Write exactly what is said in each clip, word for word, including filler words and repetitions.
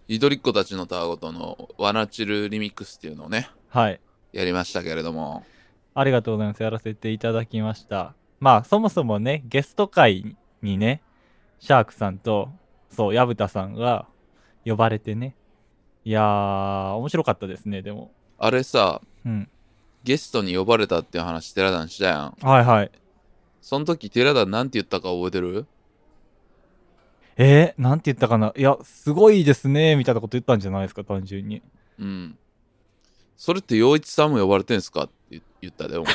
ゆとりっ子たちのたわごとのワナチルリミックスっていうのをね、 はい。 やりましたけれども。 ありがとうございます。やらせていただきました。まあ、そもそもね、ゲスト会にね、シャークさんと、そう、矢蓋さんが呼ばれてね。いやー、面白かったですね、でも。 あれさ、 うん。 ゲストに呼ばれたっていう話寺田にしたやん。 はいはい。 その時寺田なんて言ったか覚えてる？ えー、なんて言ったかな。いや、すごいですね、みたいなこと言ったんじゃないですか、単純に。 うん。それって陽一さんも呼ばれてんすかって言ったで、お前。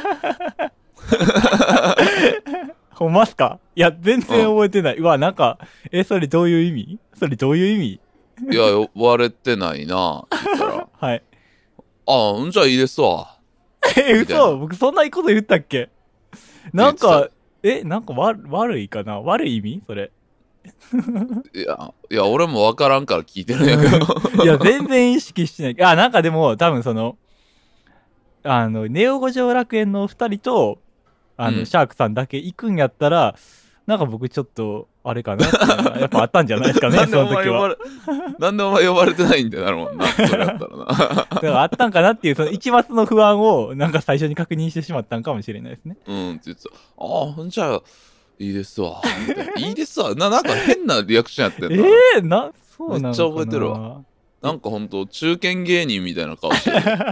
ほんまっすか？いや、全然うん。 覚えてない。うわ、なんか、え、それどういう意味？それどういう意味？ いや、呼ばれてないなって言ったら、 はい。 ああ、うんじゃいいですわ。 え、 みたいな。 嘘？僕そんなこと言ったっけ？なんか、 言ってたよ。 え、なんかわ悪いかな？悪い意味それ。 いや、いや、俺もわからんから聞いてるんやけど。 うんいや、全然意識してない。あ、なんかでも、多分その、あの、ネオ五条楽園の二人と、あの、 うん。 シャークさんだけ行くんやったら、なんか僕ちょっと、あれかなっていうのは、やっぱあったんじゃないですかね、 なんでおその時は。 前呼ばれ、なんでお前呼ばれてないんってなるもんな。それやったらな。 だからあったんかなっていう、その一抹の不安を、なんか最初に確認してしまったんかもしれないですね。 うんって言ってた。ああ、ほんじゃあ、いいですわ。みたいな。いいですわ。な、なんか変なリアクションやってんえな。 ー、な、そめっちゃうなのか覚えてるわ。 なえなんかほんと、中堅芸人みたいな顔してる。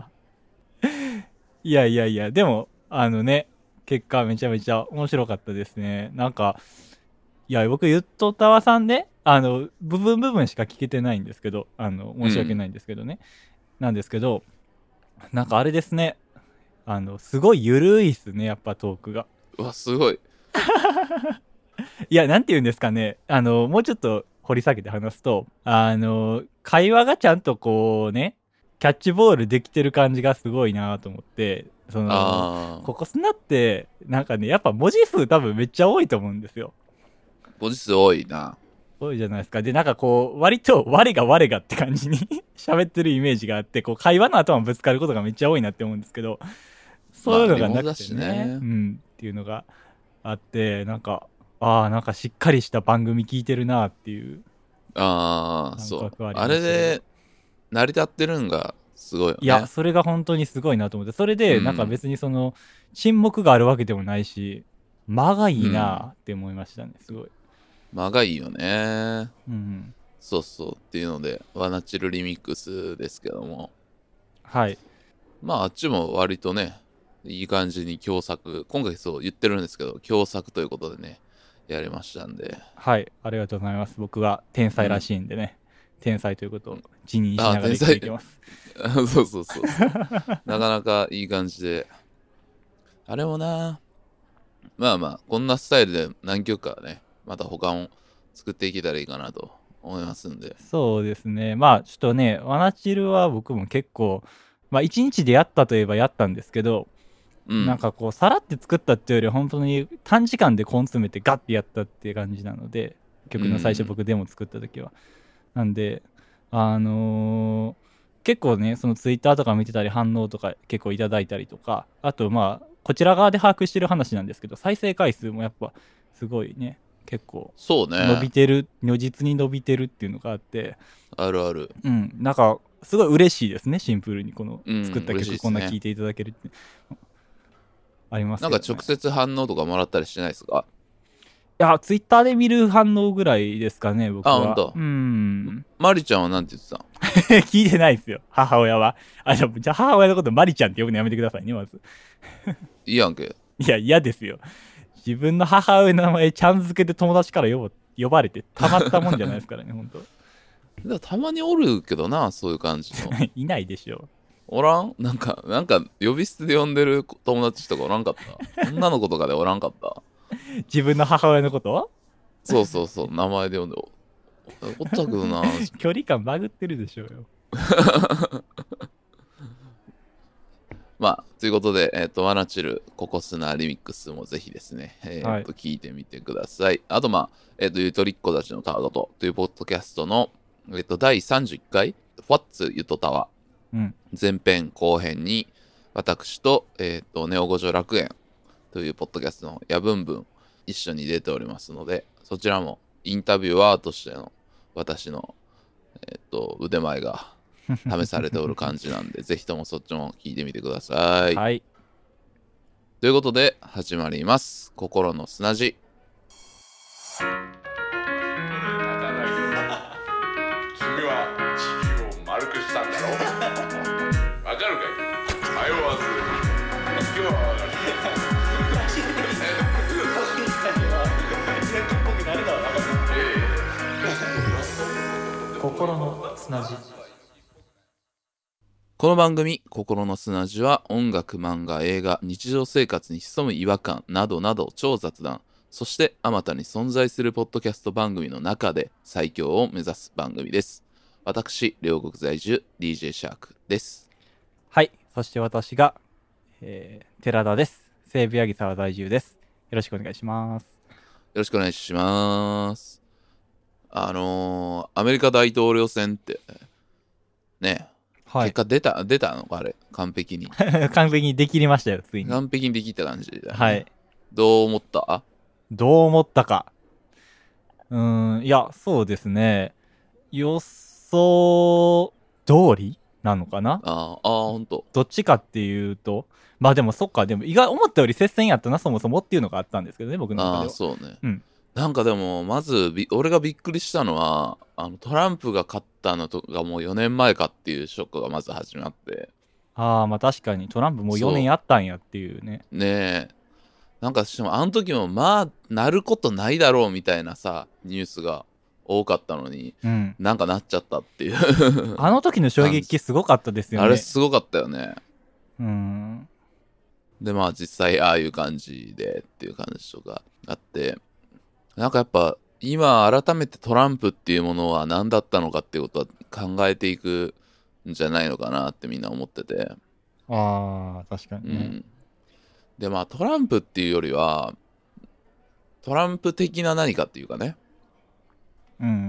いやいやいや、でも、あのね、結果めちゃめちゃ面白かったですね。なんか、いや、僕、ゆっとたわさんね、あの、部分部分しか聞けてないんですけど、あの、 うん。 申し訳ないんですけどね。なんですけど、なんかあれですね、あの、すごいゆるいっすね、やっぱトークが。 うわ、すごい。 いや、なんて言うんですかね、あの、もうちょっと掘り下げて話すと、あの、会話がちゃんとこうね、キャッチボールできてる感じがすごいなと思って、その、 あー、 ここスナって、なんかね、やっぱ文字数多分めっちゃ多いと思うんですよ。 文字数多いな。 多いじゃないですか。で、なんかこう、割と我が我がって感じに喋ってるイメージがあって、こう、会話の頭ぶつかることがめっちゃ多いなって思うんですけど、そうまあ、 いうのがなくリモートだてね、 しね。 うん、っていうのがあって、なんか、ああ、なんかしっかりした番組聞いてるなっていうあー、 感そう。 覚はありあましたけど。 れで成り立ってるんがすごいよいや、 ね。 それが本当にすごいなと思って、それで、なんかうん。 別にその、沈黙があるわけでもないし、間がいいうん。 なって思いましたね、すごい。 間がいいよね。 うん。 そうそう。っていうので、ワナチルリミックスですけども。 はい。 まあ、あっちも割とね、いい感じに共作、今回そう言ってるんですけど、共作ということでね、やりましたんで。 はい。ありがとうございます。僕は天才らうん。 しいんでね。天才ということを自認しあ、 ながら天才。 生きていきます。 そうそうそうそう。なかなかいい感じで。あれもな、まあまあ、こんなスタイルで何曲かね、また他も作っていけたらいいかなと思いますんで。 そうですね。まあ、ちょっとね、ワナチルは僕も結構、まあ、一日でやったといえばやったんですけど、 うん。 なんかこう、さらって作ったっていうよりは、本当に短時間で根詰めてガッてやったっていう感じなので、 う曲の最初ん。 僕デモ作った時は。なんで、あのー結構ね、そのツイッターとか見てたり反応とか結構いただいたりとか、あとまあ、こちら側で把握してる話なんですけど、再生回数もやっぱすごいね、結構そう伸ね。 びてる、如実に伸びてるっていうのがあって、 あるある。 うん、なんかすごい嬉しいですね、シンプルにこのうん、 作った嬉しい曲こんな聴ですね。 いていただけるってありますなんかけどね。 直接反応とかもらったりしてないですか？ いや、ツイッターで見る反応ぐらいですかね、 あ、 僕は。 ほんと。 うーん。 まりちゃんはなんて言ってた？ 聞いてないですよ、母親は。あ、じゃあ、じゃあ母親のことマリちゃんって呼ぶのやめてくださいね、まず。 いいやんけ。 いや、嫌ですよ。自分の母親の名前ちゃん付けで友達から呼ば呼ばれてたまったもんじゃないですからね、ほんと。 でもたまにおるけどな、そういう感じの。 いないでしょおらんなんか、なんか、呼び捨てで呼んでる友達とかおらんかった？女の子とかでおらんかった？ う。自分の母親のことそうそうそう、名前で呼んで、おおったけどな。 距離感バグってるでしょうよ。 まあ、ということで、えっ、と、ワナチル、ココスナリミックスもぜひですね、えっ、 はい。 と、聞いてみてください。あと、まあ、えっ、と、ゆとりっ子たちのタワゴトというポッドキャストの、えっ、と、だいさんじゅういっかい、What's ゆとたわうん。 前編後編に、私と、えっ、と、ネオ五条楽園というポッドキャストのやぶんぶん一緒に出ておりますので、そちらもインタビュアーとしての私の、 えっと、腕前が試されておる感じなんで、ぜひともそっちも聞いてみてください。 はい。 ということで、始まります。心の砂地。 君は地球を丸くしたんだろう。わかるかい。迷わず今日はわかる。 心の砂地。 この番組、心の砂地は音楽、漫画、映画、日常生活に潜む違和感などなど超雑談、そしてあまたに存在するポッドキャスト番組の中で最強を目指す番組です。私、両国在住 ディージェー シャークです。 はい。そして私が、えー、寺田です。西武八木沢在住です。よろしくお願いします。 よろしくお願いします。あのー、アメリカ大統領選って、ね、 はい。 結果出た、出たのかあれ、完璧に。 完璧にできりましたよ、ついに。 完璧にできた感じだよね。 はい。 どう思った？ どう思ったか。うーん、いや、そうですね。予想通りなのかな？ あーあー、ほんと。 どっちかっていうと、まあでもそっか、でも意外、思ったより接戦やったな、そもそもっていうのがあったんですけどね、僕の中では。 ああ、そうね。 うん。なんかでも、まずび、俺がびっくりしたのは、あのトランプが勝ったのとがもうよねんまえかっていうショックがまず始まって。 ああ、まあ確かにトランプもうよねんやったんやっていうね。 ねえ。なんかしかもあの時もまあ、なることないだろうみたいなさ、ニュースが多かったのに、 うん。 なんかなっちゃったっていう。 あの時の衝撃すごかったですよね。 あれすごかったよね。 うん。 でまあ実際ああいう感じでっていう感じとかあって、なんかやっぱ今改めてトランプっていうものは何だったのかっていうことは考えていくんじゃないのかなってみんな思ってて。 ああ、確かうにね。 ん。でまあトランプっていうよりは、トランプ的な何かっていうかね。 うんうんうん。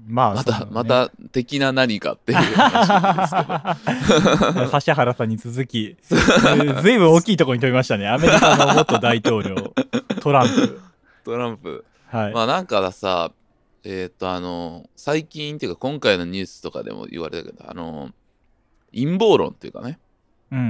まあ、 また、 そうだねまた的な何かっていう話ですけど。 指原さんに続き、ずいぶん大きいところに飛びましたね。アメリカの元大統領、トランプ。 トランプ。 はい。 まあなんかさ、えっとあの、最近っていうか今回のニュースとかでも言われたけど、あの、陰謀論っていうかね、 うんうん。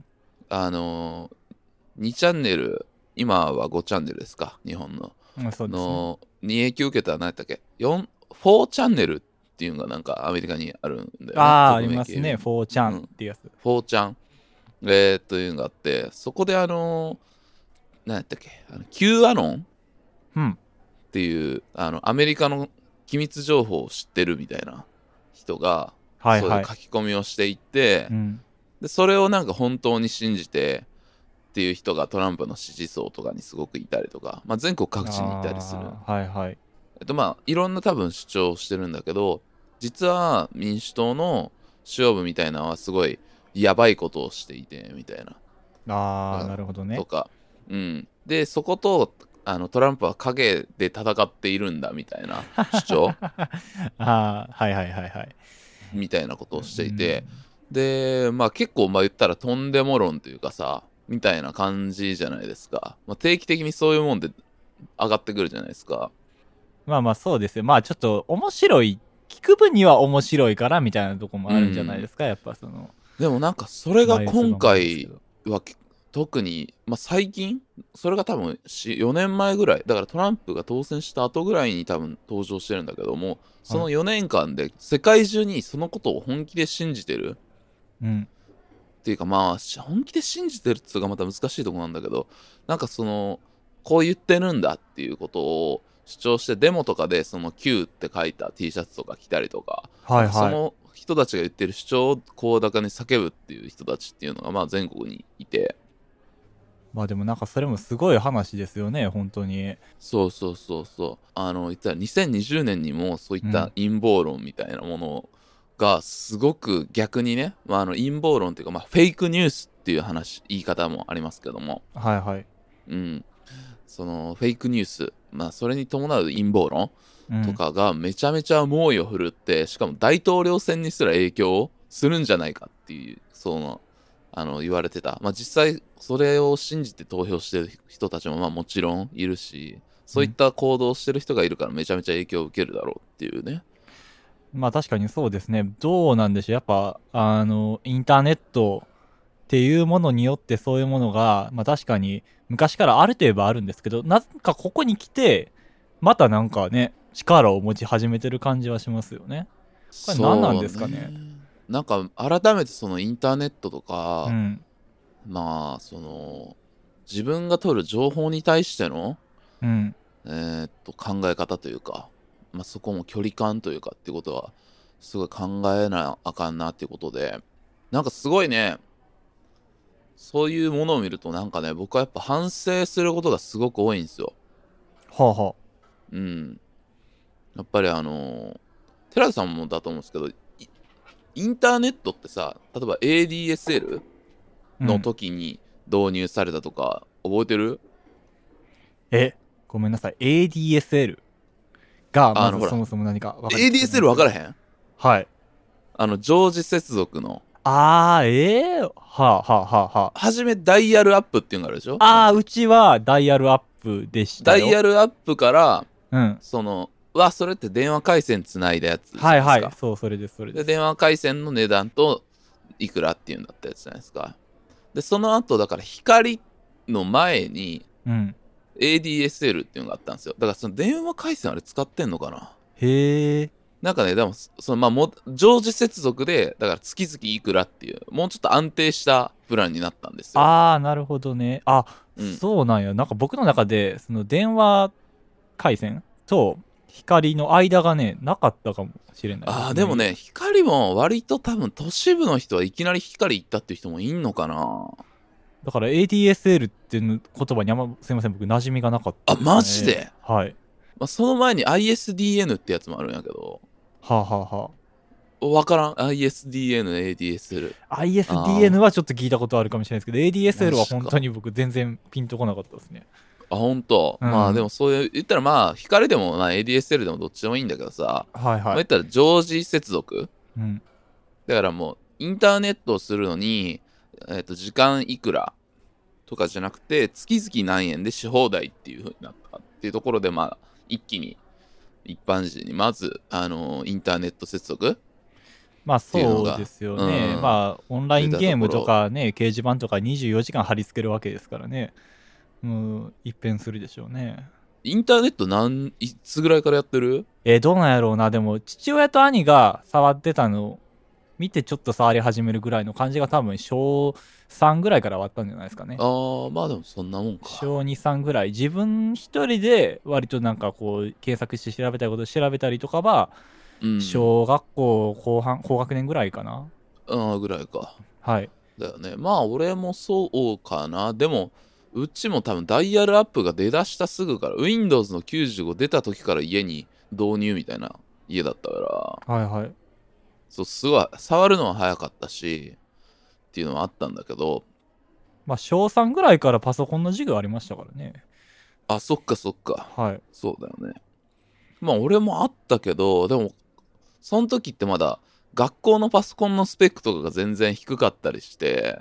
あの、にチャンネル、今はごチャンネルですか、日本の。 まあそうですね。 のに影響を受けた何やったっけ、よん、よんチャンネルっていうのがなんかアメリカにあるんだよね。 ああ、あ匿名りますね。 系フォーチャンっていうやつ。 よんチャン、えー、というのがあって、そこであの、何やったっけ、あの Q アノンうん。 っていうあのアメリカの機密情報を知ってるみたいな人が、 はいはいそういう書。き込みをしていって、 うん。 でそれをなんか本当に信じてっていう人がトランプの支持層とかにすごくいたりとか、まあ、全国各地にいたりする。 あーはいはい。 えっとまあいろんな多分主張をしてるんだけど、実は民主党の主要部みたいなのはすごいやばいことをしていてみたいなああ、 うんなるほどねと。か、うん、でそことあのトランプは影で戦っているんだみたいな主張ああ、はいはいはいはい。 みたいなことをしていて、でまあ結構まあ言ったらとんでも論というかさみたいな感じじゃないですか、まあ、定期的にそういうもんで上がってくるじゃないですか。 まあまあそうですよ。まあちょっと面白い、聞く分には面白いからみたいなとこもあるんじゃないですか、やっぱその。 でもなんかそれが今回はは特に、まあ、最近それが多分よねんまえぐらいだからトランプが当選した後ぐらいに多分登場してるんだけども、そのよねんかんで世界中にそのことを本気で信じてるうん。 っていうか、まあ本気で信じてるっていうのがまた難しいところなんだけど、なんかそのこう言ってるんだっていうことを主張して、デモとかでその Q って書いた T シャツとか着たりとか、 はいはい。 その人たちが言ってる主張を声高に叫ぶっていう人たちっていうのがまあ全国にいて、 まあでもなんかそれもすごい話ですよね、本当に。 そうそうそうそう、あの言ったらにせんにじゅうねんにもそういった陰謀論みたいなものがすごく逆にね、まあ、あの陰謀論っていうか、まあ、フェイクニュースっていう話言い方もありますけども、 はいはい。 うん、そのフェイクニュース、まあそれに伴う陰謀論うんとかがめちゃめちゃ猛威を振るって、しかも大統領選にすら影響するんじゃないかっていう、そのあの言われてた。まあ実際それを信じて投票してる人たちもまあもちろんいるし、そういった行動をしてる人がいるからめちゃめちゃ影響を受けるだろうっていうね。 まあ確かにそうですね。どうなんでしょう。やっぱ、あの、インターネットっていうものによってそういうものが、まあ確かに昔からあるといえばあるんですけど、なぜかここに来て、またなんかね、力を持ち始めてる感じはしますよね。これ何なんですかね。 そうね。なんか改めてそのインターネットとか、 うん。 まあその自分が取る情報に対しての、 うん。 えーっと考え方というか、まあ、そこも距離感というかっていうことはすごい考えなあかんなっていうことで、なんかすごいね、そういうものを見るとなんかね、僕はやっぱ反省することがすごく多いんですよ。 はあはうん。やっぱりあのー、寺田さんもだと思うんですけど、イインターネットってさ、例えば エーディーエスエルあ。うのん。 時に導入されたとか覚えてる？ え、ごめんなさい。エーディーエスエル が、 あのほら、 まずそもそも何か分かりエーディーエスエル 分からへん？ はい。 あの常時接続のあー、えー、はあはあはあはあ。 初めダイヤルアップっていうのがあるでしょ？ あー、うちはダイヤルアップでしたよ。 ダイヤルアップからうん。 そのわそれって電話回線つないだやつじゃはいないですか。 はい。そう、それです、それで。 です電話回線の値段といくらっていうんだったやつじゃないですか。でその後だから光の前にうん。 エーディーエスエル っていうのがあったんですよ。だからその電話回線あれ使ってんのかな。 へえ。 なんかね、でもそのまあも常時接続でだから月々いくらっていうもうちょっと安定したプランになったんですよ。 あー、なるほどね。あ、 うん、 そうなんや。なんか僕の中で、その電話回線と光の間がね、なかったかもしれないすああでもね、光も割と多分都市部の人はいきなり光行ったっていう人もいんのかな。 だから エーディーエスエル っていう言葉にあんま、すいません、僕馴染みがなかったあですね。 マジで？ はい。 まあ、その前に アイエスディーエヌ ってやつもあるんやけど、 はあ、はあはわからん アイエスディーエヌ、エーディーエスエル。 あ、アイエスディーエヌ はちょっと聞いたことあるかもしれないですけど、エーディーエスエル はマジか本当に僕全然ピンとこなかったですね。 あ、ほんと。 うんまあでもそういう、言ったらまあ、光でもまあ エーディーエスエル でもどっちでもいいんだけどさ、 はいはい。 まあ、言ったら常時接続。 うん。 だからもう、インターネットをするのに、えっと、時間いくらとかじゃなくて、月々何円でし放題っていう風になったっていうところで、まあ、一気に一般人にまず、あのーインターネット接続まあっていうのがそうですよね。 うんまあオンラインゲームとかね、掲示板とかにじゅうよじかん貼り付けるわけですからね。もう一変するでしょうね。 インターネット何、いつぐらいからやってる？ えーどうなんやろうな。でも父親と兄が触ってたのを見てちょっと触り始めるぐらいの感じが多分小さんぐらいから終わったんじゃないですかね。 ああ、まあでもそんなもんか。 小に、さんぐらい。自分一人で割となんかこう検索して調べたいことを調べたりとかは、 うん。 小学校後半、高学年ぐらいかな。 ああ、ぐらいか。 はい。 だよね。まあ俺もそうかな。でも、うちも多分ダイヤルアップが出だしたすぐから、Windows のきゅうじゅうご出た時から家に導入みたいな家だったから、 はいはい。 そう、すごい、触るのは早かったし、っていうのはあったんだけど、 まあ小さんぐらいからパソコンの授業ありましたからね。 あ、そっかそっか。 はい。 そうだよね。まあ俺もあったけど、でも、その時ってまだ学校のパソコンのスペックとかが全然低かったりして、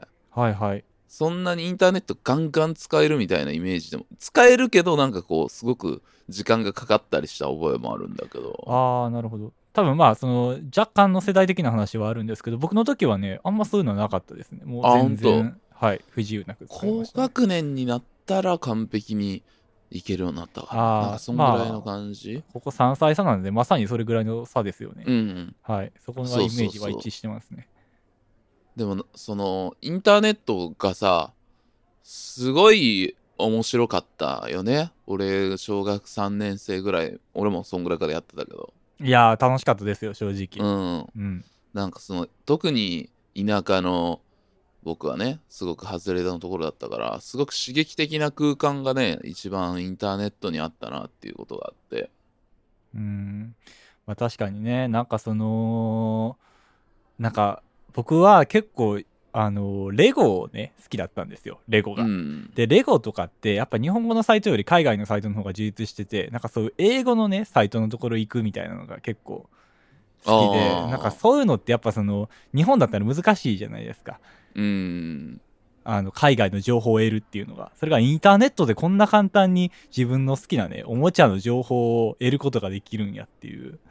はいはい。 そんなにインターネットガンガン使えるみたいなイメージでも、使えるけどなんかこう、すごく時間がかかったりした覚えもあるんだけど。 ああ、なるほど。多分まあ、その、若干の世代的な話はあるんですけど、僕の時はね、あんまそういうのはなかったですね。もうあ全然、はい、不自由なく使い高ましたね、 学年になったら完璧にいけるようになったかな。 あーなんかそんぐらいの感じ、 ここさんさい差なので、まさにそれぐらいの差ですよね。 うん、うん。 はい。そこのイメそうそうそうージは一致してますね。 でも、その、インターネットがさ、すごい面白かったよね。俺、小学さんねん生ぐらい、俺もそんぐらいからやってたけど。 いやー、楽しかったですよ、正直。 うん。 うん。 なんかその、特に田舎の、僕はね、すごく外れたのところだったから、すごく刺激的な空間がね、一番インターネットにあったなっていうことがあって。 うーん。まあ確かにね、なんかその、なんか僕は結構、あの、レゴをね、好きだったんですよ、レゴうが。 ん。 で、レゴとかってやっぱ日本語のサイトより海外のサイトの方が充実してて、なんかそういう英語のね、サイトのところ行くみたいなのが結構好きで、 あーなんかそういうのってやっぱその、日本だったら難しいじゃないですか。 うん。 あの、海外の情報を得るっていうのが。それがインターネットでこんな簡単に自分の好きなね、おもちゃの情報を得ることができるんやっていう。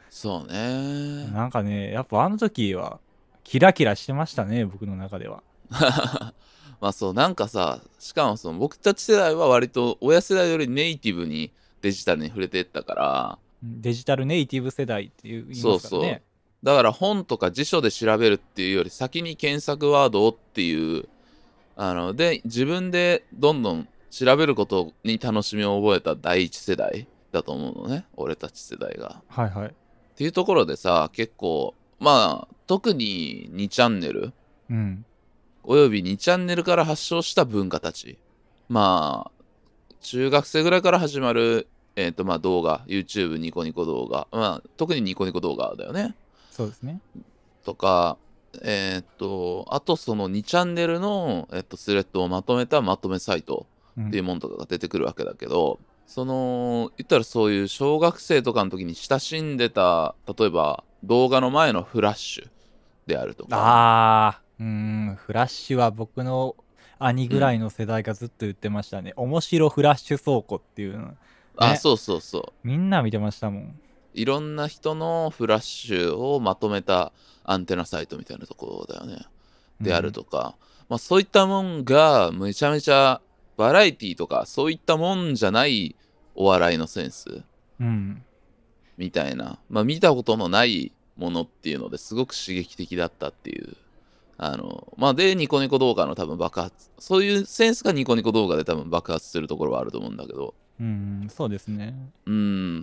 そうね。 なんかね、やっぱあの時はキラキラしてましたね、僕の中では。 まあそう、なんかさ、しかもその僕たち世代は割と親世代よりネイティブにデジタルに触れていったから、 デジタルネイティブ世代っていう言いますからね。 そうそう。だから本とか辞書で調べるっていうより先に検索ワードをっていう、あの、で、自分でどんどん調べることに楽しみを覚えた第一世代だと思うのね、俺たち世代が。 はいはい。 っていうところでさ、結構、まあ、特ににチャンネル、 うん。 およびにチャンネルから発祥した文化たち。まあ、中学生ぐらいから始まる、えっと、まあ動画、YouTube、ニコニコ動画。まあ、特にニコニコ動画だよね。 そうですね。 とか、えっと、あとそのにチャンネルの、えっと、スレッドをまとめたまとめサイトっていうものとかが出てくるわけだけど、うん、その、言ったらそういう小学生とかの時に親しんでた、例えば動画の前のフラッシュであるとか。 ああ、うーん、フラッシュは僕の兄ぐらいの世代がずっと言ってましたね。うん、面白フラッシュ倉庫っていうの、ね。 あ、そうそうそう。 みんな見てましたもん。 いろんな人のフラッシュをまとめたアンテナサイトみたいなところだよね。であるとか、うん、まあそういったもんがめちゃめちゃバラエティとかそういったもんじゃないお笑いのセンス、 うん、 みたいな、まあ見たことのないものっていうのですごく刺激的だったっていう。あの、まあでニコニコ動画の多分爆発、そういうセンスがニコニコ動画で多分爆発するところはあると思うんだけど、 うん、そうですね。 うん、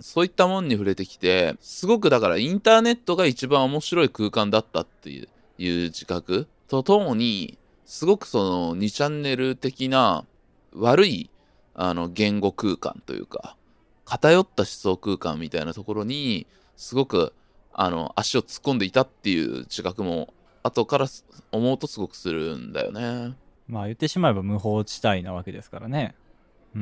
そういったもんに触れてきて、すごくだからインターネットが一番面白い空間だったっていう、いう自覚とともに、すごくそのにチャンネル的な悪いあの言語空間というか、偏った思想空間みたいなところに、すごくあの足を突っ込んでいたっていう自覚も、後から思うとすごくするんだよね。 まあ言ってしまえば無法地帯なわけですからね。うん。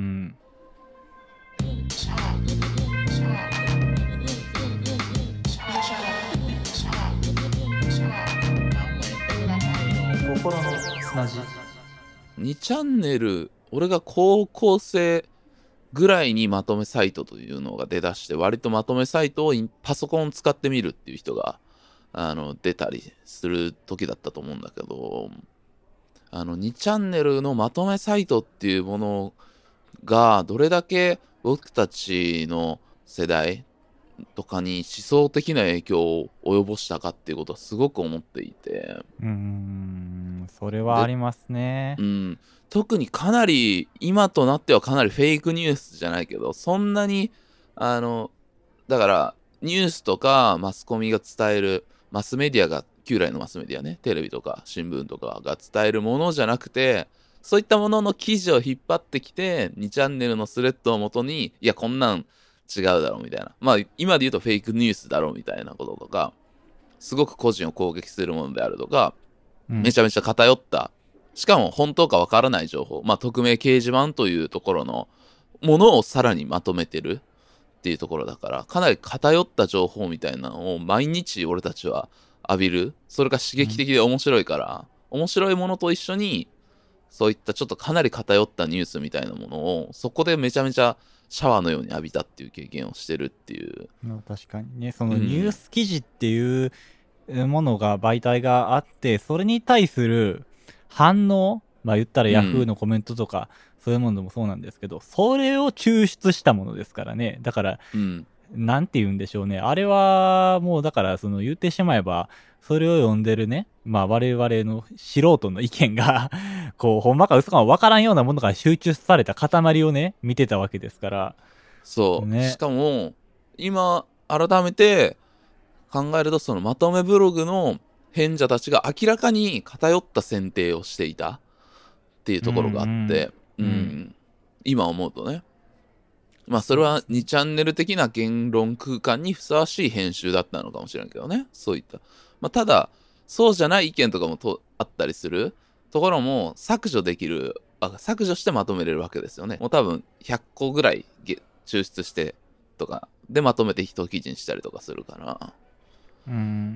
心の砂地。 にチャンネル、俺が高校生ぐらいにまとめサイトというのが出だして、割とまとめサイトをパソコンを使ってみるっていう人があの出たりする時だったと思うんだけど、あのにチャンネルのまとめサイトっていうものがどれだけ僕たちの世代とかに思想的な影響を及ぼしたかっていうことはすごく思っていて、 うーん、それはありますね。 うん、特にかなり今となってはかなりフェイクニュースじゃないけど、そんなにあのだからニュースとかマスコミが伝える、マスメディアが旧来のマスメディアね、テレビとか新聞とかが伝えるものじゃなくて、そういったものの記事を引っ張ってきてにチャンネルのスレッドをもとに、いやこんなん違うだろうみたいな、まあ今で言うとフェイクニュースだろうみたいなこととか、すごく個人を攻撃するものであるとか、うん、めちゃめちゃ偏った、しかも本当かわからない情報、まあ匿名掲示板というところのものをさらにまとめてるっていうところだから、かなり偏った情報みたいなのを毎日俺たちは浴びる。それが刺激的で面白いから、うん、面白いものと一緒にそういったちょっとかなり偏ったニュースみたいなものをそこでめちゃめちゃシャワーのように浴びたっていう経験をしてるっていう。 確かにね、そのニュース記事っていうものが、媒体があって、それに対する反応、まあ言ったらヤフーのコメントとか、うん、そういうものもそうなんですけど、それを抽出したものですからね。だから、うん、なんて言うんでしょうね。あれはもうだからその言ってしまえば、それを読んでるね、まあ我々の素人の意見がこうほんまか嘘かも分からんようなものが集中された塊をね見てたわけですから。 そう、ね、しかも今改めて考えると、そのまとめブログの編者たちが明らかに偏った選定をしていたっていうところがあって、うん、うんうん、今思うとね、まあそれはにチャンネル的な言論空間にふさわしい編集だったのかもしれんけどね、そういった、まあ、ただそうじゃない意見とかもとあったりするところも削除できる、あ、削除してまとめれるわけですよね。もう多分ひゃっこぐらい抽出してとかでまとめて一記事にしたりとかするから、 うん、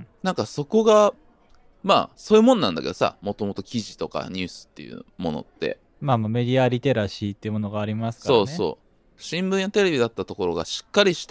なんかそこがまあそういうもんなんだけどさ、もともと記事とかニュースっていうものってまあまあメディアリテラシーっていうものがありますからね。 そうそう、新聞やテレビだったところがしっかりした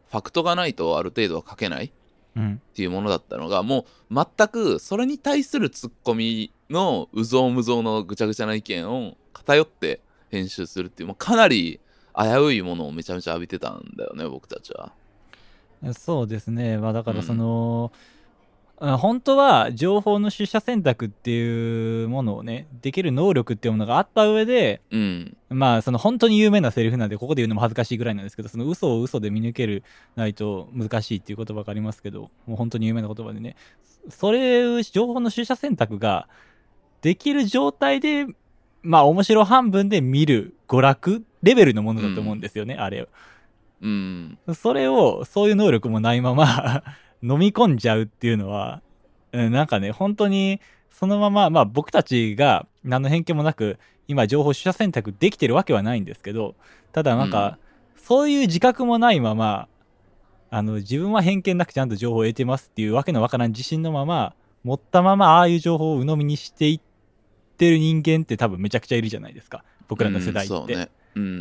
ファクトがないとある程度は書けないうんっていうものだったのが、もう全くそれに対するツッコミのうぞうむぞうのぐちゃぐちゃな意見を偏って編集するっていう、もうかなり危ういものをめちゃめちゃ浴びてたんだよね、僕たちは。 そうですね、まあ、だからその、うん、本当は情報の取捨選択っていうものをねできる能力っていうものがあった上で、 うん、 まあその本当に有名なセリフなんでここで言うのも恥ずかしいぐらいなんですけど、その嘘を嘘で見抜けるないと難しいっていう言葉がありますけど、もう本当に有名な言葉でね、それ情報の取捨選択ができる状態でまあ面白半分で見る娯楽レベルのものだと思うんですよね、うん、あれうん、 それをそういう能力もないまま飲み込んじゃうっていうのは、うん、なんかね本当にそのまま、まあ僕たちが何の偏見もなく今情報取捨選択できてるわけはないんですけど、ただなんか、うん、そういう自覚もないままあの自分は偏見なくちゃんと情報を得てますっていうわけのわからん自信のまま持ったままああいう情報を鵜呑みにしていってる人間って多分めちゃくちゃいるじゃないですか、僕らの世代って、うん、そうね、うんうん、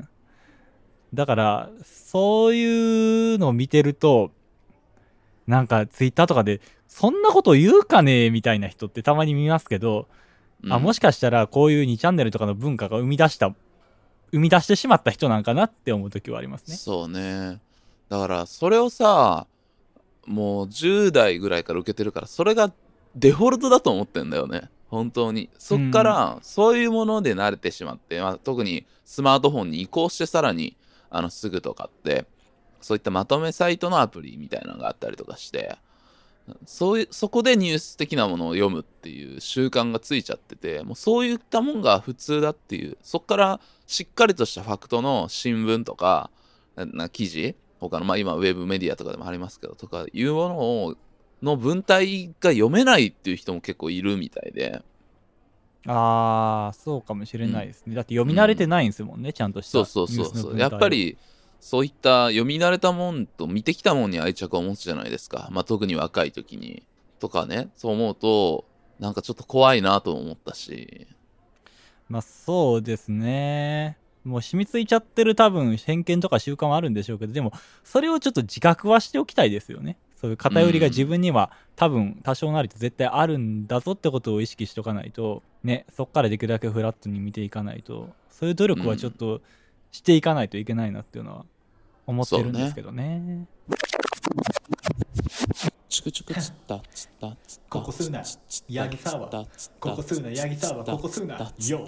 だからそういうのを見てるとなんかツイッターとかでそんなこと言うかねみたいな人ってたまに見ますけど、うん、あもしかしたらこういうにチャンネルとかの文化が生み出した生み出してしまった人なんかなって思う時はありますね。 そうね、だからそれをさもうじゅう代ぐらいから受けてるから、それがデフォルトだと思ってんだよね本当に。そっからそういうもので慣れてしまって、うんまあ、特にスマートフォンに移行してさらにあのすぐとかってそういったまとめサイトのアプリみたいなのがあったりとかして、そういうそこでニュース的なものを読むっていう習慣がついちゃってて、もうそういったもんが普通だっていう、そこからしっかりとしたファクトの新聞とかな記事他の、まあ、今ウェブメディアとかでもありますけどとかいうものをの文体が読めないっていう人も結構いるみたいで。 ああそうかもしれないですね、うん、だって読み慣れてないんですもんね、うん、ちゃんとしたそうそうそうそうやっぱりそういった読み慣れたもんと見てきたもんに愛着を持つじゃないですか、まあ、特に若い時にとかね、そう思うとなんかちょっと怖いなと思ったし、 まあそうですね、もう染みついちゃってる多分偏見とか習慣はあるんでしょうけど、でもそれをちょっと自覚はしておきたいですよね。そういう偏りが自分には多分多少なりと絶対あるんだぞってことを意識しとかないとね、そっからできるだけフラットに見ていかないと、そういう努力はちょっとしていかないといけないなっていうのは思ってるんですけどね。 チクチクつったつったつったここすうなヤギサワここすうなヤギサワここすうなよ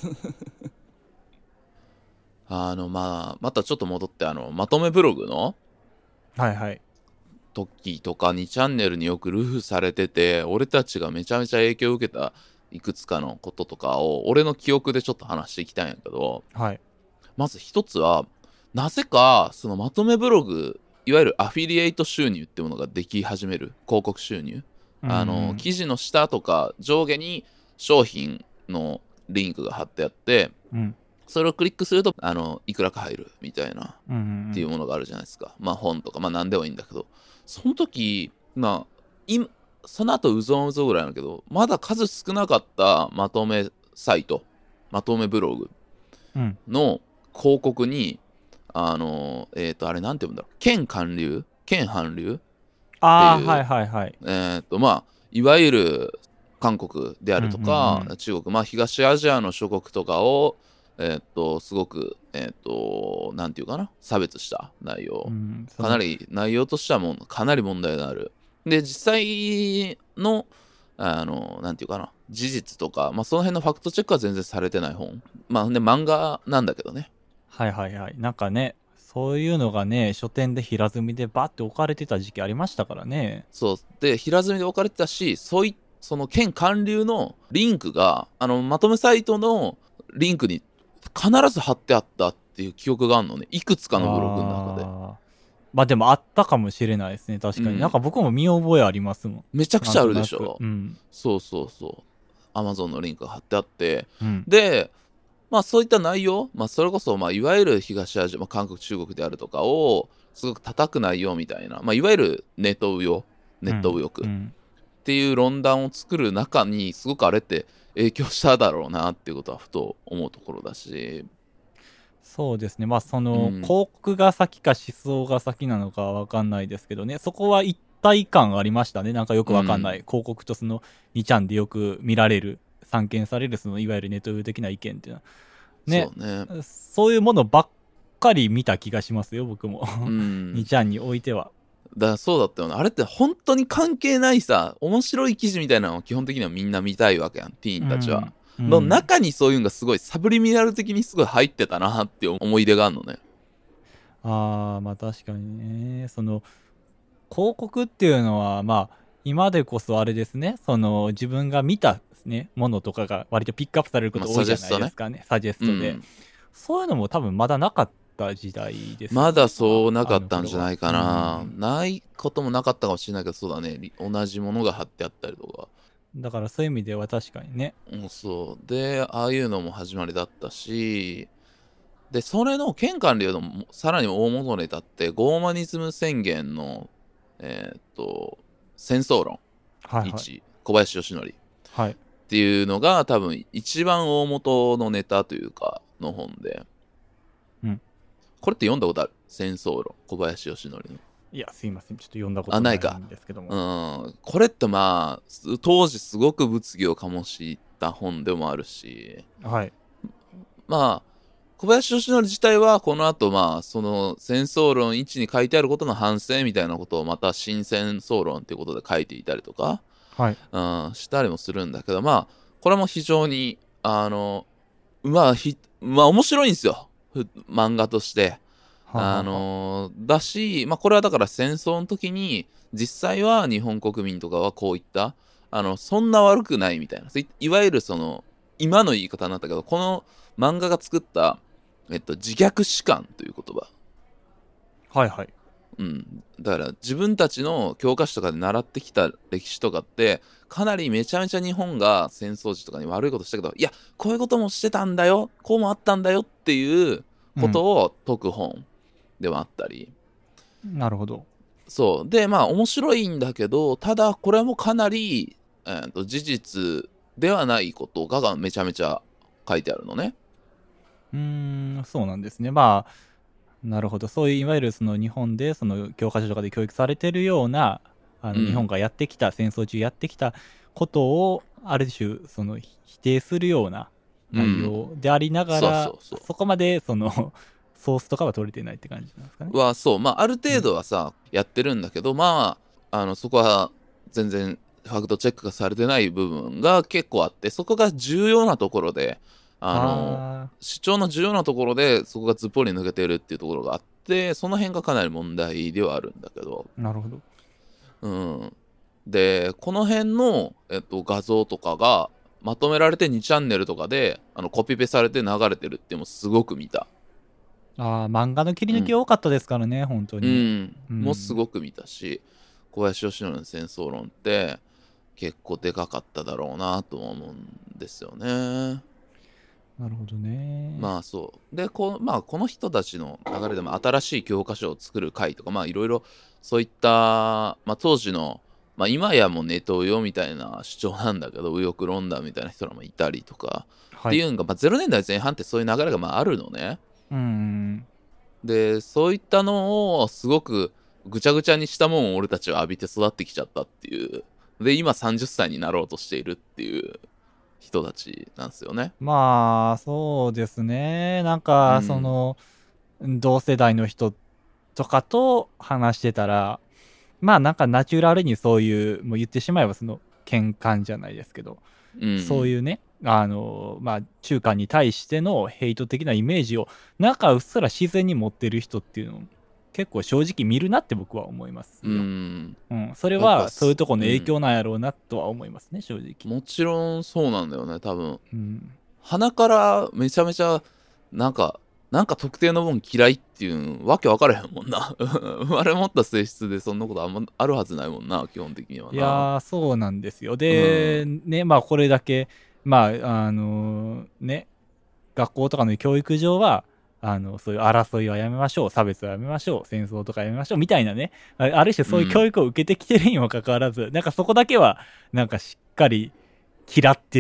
あのまあまたちょっと戻ってあのまとめブログのはいはい時とかにチャンネルによくルフされてて、俺たちがめちゃめちゃ影響を受けたいくつかのこととかを俺の記憶でちょっと話していきたいんやけど、 はい、 まず一つはなぜかそのまとめブログいわゆるアフィリエイト収入っていうものができ始める、広告収入、うん、あの記事の下とか上下に商品のリンクが貼ってあって、うん、それをクリックするとあのいくらか入るみたいな、うんうんうん、っていうものがあるじゃないですか。まあ本とかまあ何でもいいんだけど、その時まあ今その後うぞうぞぐらいなんだけど、まだ数少なかったまとめサイトまとめブログの広告に、あのえっ、ー、とあれなんて言うんだろう、県韓流県韓流ああはいはいはいえっ、ー、とまあいわゆる韓国であるとか、うんうんうん、中国まあ東アジアの諸国とかをえっ、ー、とすごくえっ、ー、となんていうかな差別した内容、うん、かなり内容としてはもうかなり問題がある。で実際のあのなんていうかな事実とか、まあ、その辺のファクトチェックは全然されてない本、まあね漫画なんだけどね。 はいはいはい、なんかねそういうのがね書店で平積みでバッて置かれてた時期ありましたからね。 そうで平積みで置かれてたし、そういその県韓流のリンクがあのまとめサイトのリンクに必ず貼ってあったっていう記憶があるのね、いくつかのブログの中で。 あまあでもあったかもしれないですね確かに、うん、なんか僕も見覚えありますもん。 めちゃくちゃあるでしょ、 うん、 そうそうそうAmazon のリンクが貼ってあって、うん、でまあそういった内容、まあ、それこそまあいわゆる東アジア、まあ、韓国中国であるとかをすごく叩く内容みたいな、まあ、いわゆるネット右翼ネット右翼っていう論壇を作る中にすごくあれって影響しただろうなっていうことはふと思うところだし。 そうですね。まあその、 うん広告が先か思想が先なのかわかんないですけどね、そこは一体感ありましたね。なんかよくわかんない、 うん広告とそのにちゃんでよく見られる散見されるそのいわゆるネットウェブ的な意見っていうのはね、 そうね。 そういうものばっかり見た気がしますよ、僕も。 うんにちゃんにおいては。 だからそうだったよね。あれって本当に関係ないさ、面白い記事みたいなのを基本的にはみんな見たいわけやん、ティーンたちは。 うんの中にそういうのがすごいサブリミナル的にすごい入ってたなっていう思い出があるのね。 ああ、まあ確かにね。その、広告っていうのは、まあ、今でこそあれですね、その、自分が見た、ね、ものとかが割とピックアップされること多いじゃないですかね。サジェストで、 うんそういうのも多分まだなかった時代ですよね。 まだそうなかったんじゃないかな、 あの頃はうんないこともなかったかもしれないけど、そうだね。り同じものが貼ってあったりとか。 だからそういう意味では確かにね。 うん、そう。で、ああいうのも始まりだったし、で、それの県間でいうのも、さらに大元ネタって、ゴーマニズム宣言の、えーっと、戦争論はいはい。 いち、小林義則っはい。 ていうのが多分一番大元のネタというか、の本で。 うんこれって読んだことある？戦争論、小林義則の。 いや、すいません。ちょっと読んだことないあないかんですけども。 うん、これってまあす当時すごく物議を醸した本でもあるし、 はい。 まあ小林義則自体はこの後まあその戦争論いちに書いてあることの反省みたいなことをまた新戦争論っていうことで書いていたりとか、 はい。 うん、したりもするんだけど、まあこれも非常にあのまあひまあ面白いんですよ、ふ漫画として。 はあはああのーだし、まあ、これはだから戦争の時に実際は日本国民とかはこういったあのそんな悪くないみたいな、いいわゆるその今の言い方になったけど、この漫画が作った、えっと、自虐史観という言葉、 はいはい。 うん、だから自分たちの教科書とかで習ってきた歴史とかってかなりめちゃめちゃ日本が戦争時とかに悪いことしたけど、いやこういうこともしてたんだよ、こうもあったんだよっていうことを説く本ではあったり、 なるほど。 そうでまあ面白いんだけど、ただこれもかなり、えー、と事実ではないことがめちゃめちゃ書いてあるのね。 うーん、そうなんですね。まあ、なるほど。そういういわゆるその日本でその教科書とかで教育されてるような、あのうん日本がやってきた、戦争中やってきたことをある種その否定するような内容でありながら、 そうそうそうそこまでそのソースとかは取れてないって感じなんですかね。 はそうまあある程度はさ、やってるんだけど、まああのそこは全然ファクトチェックがされてない部分が結構あって、そこが重要なところで、あのあ主張の重要なところでそこがずっぽり抜けてるっていうところがあって、その辺がかなり問題ではあるんだけど、 ーなるほど。 うん、でこの辺の、えっと、画像とかがまとめられてにチャンネルとかであのコピペされて流れてるっていうのもすごく見た。 ああ、漫画の切り抜き多かったですからね、本当うに。 ん、 うんもうすごく見たし、小林義則の戦争論って結構でかかっただろうなと思うんですよね。 なるほどね。 まあそうでこ,、まあ、この人たちの流れでも新しい教科書を作る会とか、まあいろいろそういった、まあ、当時の、まあ、今やもうネトウヨみたいな主張なんだけど、右翼論断みたいな人らもいたりとか、 はっていうのが、まあ、ゼロねんだいぜん半ってそういう流れがまああるのね。 うん。 でそういったのをすごくぐちゃぐちゃにしたもんを俺たちは浴びて育ってきちゃったっていう、で今さんじゅっさいになろうとしているっていう人たちなんですよね。 まあ、そうですね。なんか、 うんその、同世代の人とかと話してたら、まあなんかナチュラルにそういう、もう言ってしまえばその、喧嘩じゃないですけど、 うん、 そういうね、あの、まあ中華に対してのヘイト的なイメージを、なんかうっすら自然に持ってる人っていうのを、結構正直見るなって僕は思いますうよ。 ん、 うん、それなんかはそういうところの影響なんやろうなとは思いますね、正直。 もちろんそうなんだよね。多分うん、 鼻からめちゃめちゃなんかなんか特定のもん嫌いっていうわけ分からへんもんな。生まれ持った性質でそんなことあんまあるはずないもんな、基本的にはな。 いやー、そうなんですよ。で、 うね、まあこれだけ、まあ、あのーね、学校とかの教育上は、あのそういう争いはやめましょう、差別はやめましょう、戦争とかやめましょうみたいなね、あある種そういう教育を受けてきてるにもかかわらず、なんかそこだけはなんかしっかり嫌ってるって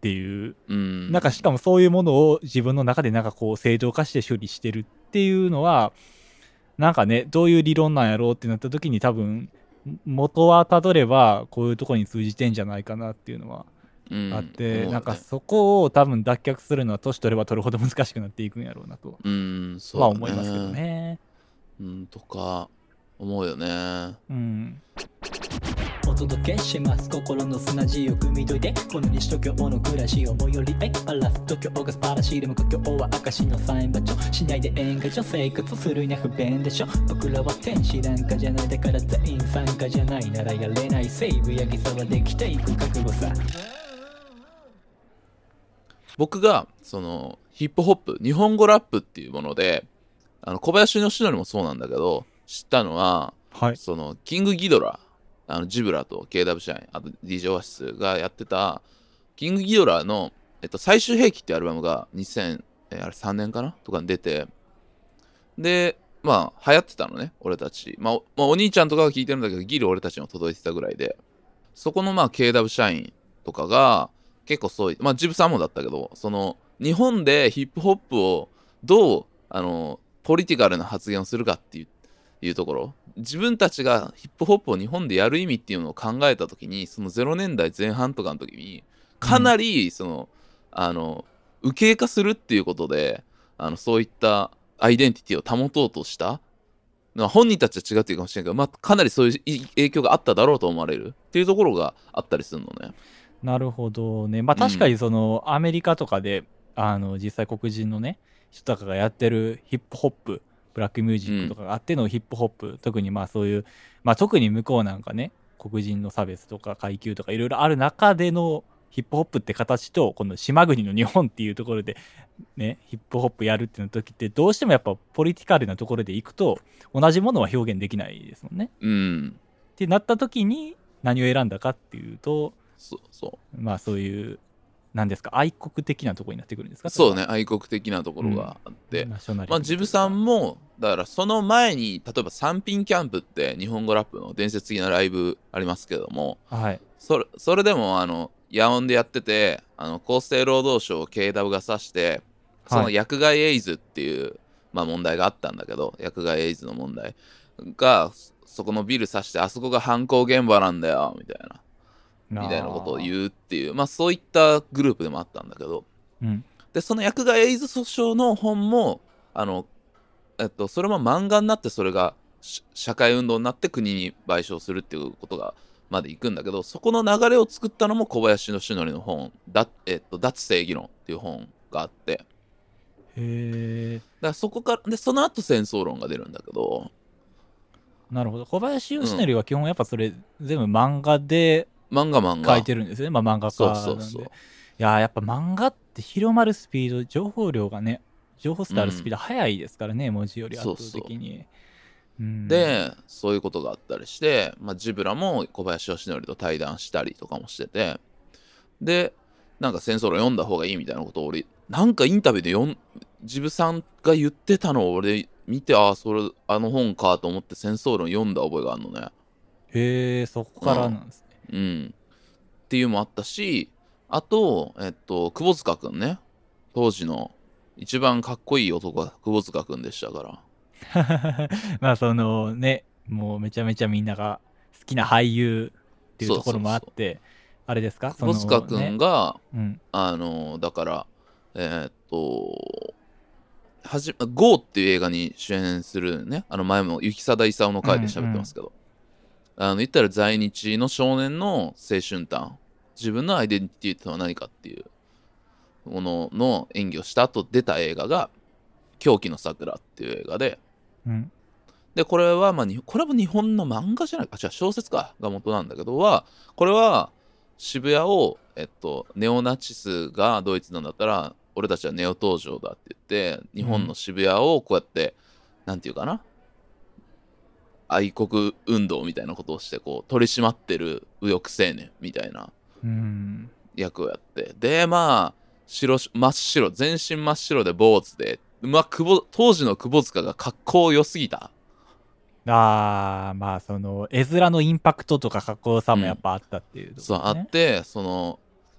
っていう、 うん、 なんかしかもそういうものを自分の中でなんかこう正当化して処理してるっていうのはなんかねどういう理論なんやろうってなった時に多分元はたどればこういうところに通じてんじゃないかなっていうのはあって、うん、なんかそこを多分脱却するのは年取れば取るほど難しくなっていくんやろうなとは思いますけどね。 うん、とか思うよね。 うん。 お届けします心の砂地を汲み解いてこの西東京の暮らしを最寄りへバラす東京が素晴らしいでも故郷は証のサイン場所しないで演歌所生活するには不便でしょ僕らは天使なんかじゃないだから全員参加じゃないならやれない西武八木沢できていく覚悟さ。 僕がそのヒップホップ日本語ラップっていうものであの小林義則もそうなんだけど知ったのは、はい、そのキングギドラあのジブラと ケーダブリュー 社員あと ディージェー オアシスがやってたキングギドラの、えっと、最終兵器っていうアルバムがにせんさんねんかなとかに出てでまあ流行ってたのね俺たち、まあ、まあお兄ちゃんとかが聞いてるんだけどギリ俺たちにも届いてたぐらいでそこのまあ ケーダブリュー 社員とかが結構そういうまあジブさんもだったけどその日本でヒップホップをどうあのポリティカルな発言をするかっていういうところ自分たちがヒップホップを日本でやる意味っていうのを考えた時にそのゼロねんだいぜん半とかの時にかなりその、うん、あの右傾化するっていうことであのそういったアイデンティティを保とうとした本人たちは違っていうかもしれないけど、まあ、かなりそういう影響があっただろうと思われるっていうところがあったりするのね。 なるほどね。まあ確かにその、うん、アメリカとかであの実際黒人のね人とかがやってるヒップホップブラックミュージックとかがあってのヒップホップ、うん、特にまあそういう、まあ、特に向こうなんかね黒人の差別とか階級とかいろいろある中でのヒップホップって形とこの島国の日本っていうところでねヒップホップやるっていう時ってどうしてもやっぱポリティカルなところでいくと同じものは表現できないですもんね。 うん、 ってなった時に何を選んだかっていうとそうそうまあそういうなんですか愛国的なところになってくるんですか。 そうね愛国的なところがあって、うん、まあジブさんもだからその前に例えばサンピンキャンプって日本語ラップの伝説的なライブありますけども、 はい、 それそれでもあの野音でやっててあの厚生労働省を ケーダブリュー が指してその薬害エイズっていう、はいまあ、問題があったんだけど薬害エイズの問題がそこのビル指してあそこが犯行現場なんだよみたいなみたいなことを言うっていうまあそういったグループでもあったんだけど、 うん、 でその薬害エイズ訴訟の本もあの、えっと、それも漫画になってそれが社会運動になって国に賠償するっていうことがまで行くんだけどそこの流れを作ったのも小林義則の本だ、えっと、脱正義論っていう本があってへーだからそこからでその後戦争論が出るんだけどなるほど小林義則は基本やっぱそれ全部漫画で、うん漫画漫画書いてるんですね、まあ、漫画家なんで。 そうそうそういややっぱ漫画って広まるスピード情報量がね情報伝わるスピード速いですからね、うん、文字より圧倒的に。そうそううん、でそういうことがあったりして、まあ、ジブラも小林義則と対談したりとかもしててでなんか戦争論読んだ方がいいみたいなことを俺なんかインタビューで読んジブさんが言ってたのを俺見てああそれあの本かと思って戦争論読んだ覚えがあるのね。 へえそこからなんですね。 うん、うん、っていうのもあったしあとえっと窪塚くんね当時の一番かっこいい男が窪塚くんでしたからまあそのねもうめちゃめちゃみんなが好きな俳優っていうところもあってそうそうそうあれですか窪塚くんが、 ねうん、 あのだからえー、っとはじ ゴー っていう映画に主演するねあの前も雪貞勲の回で喋ってますけど、うんうん、あの言ったら在日の少年の青春譚自分のアイデンティティとは何かっていうものの演技をした後出た映画が狂気の桜っていう映画で、 うん、 でこれはまあこれも日本の漫画じゃないか違う小説かが元なんだけどはこれは渋谷をえっとネオナチスがドイツなんだったら俺たちはネオ東条だって言って日本の渋谷をこうやって、うん、なんていうかな愛国運動みたいなことをしてこう取り締まってる右翼青年みたいな役をやって、うん、でまあ白真っ白全身真っ白で坊主で、まあ、久保当時の窪塚が格好良すぎた。 あーまあその絵面のインパクトとかかっこよさもやっぱあったっていう、ねうん、そうあってその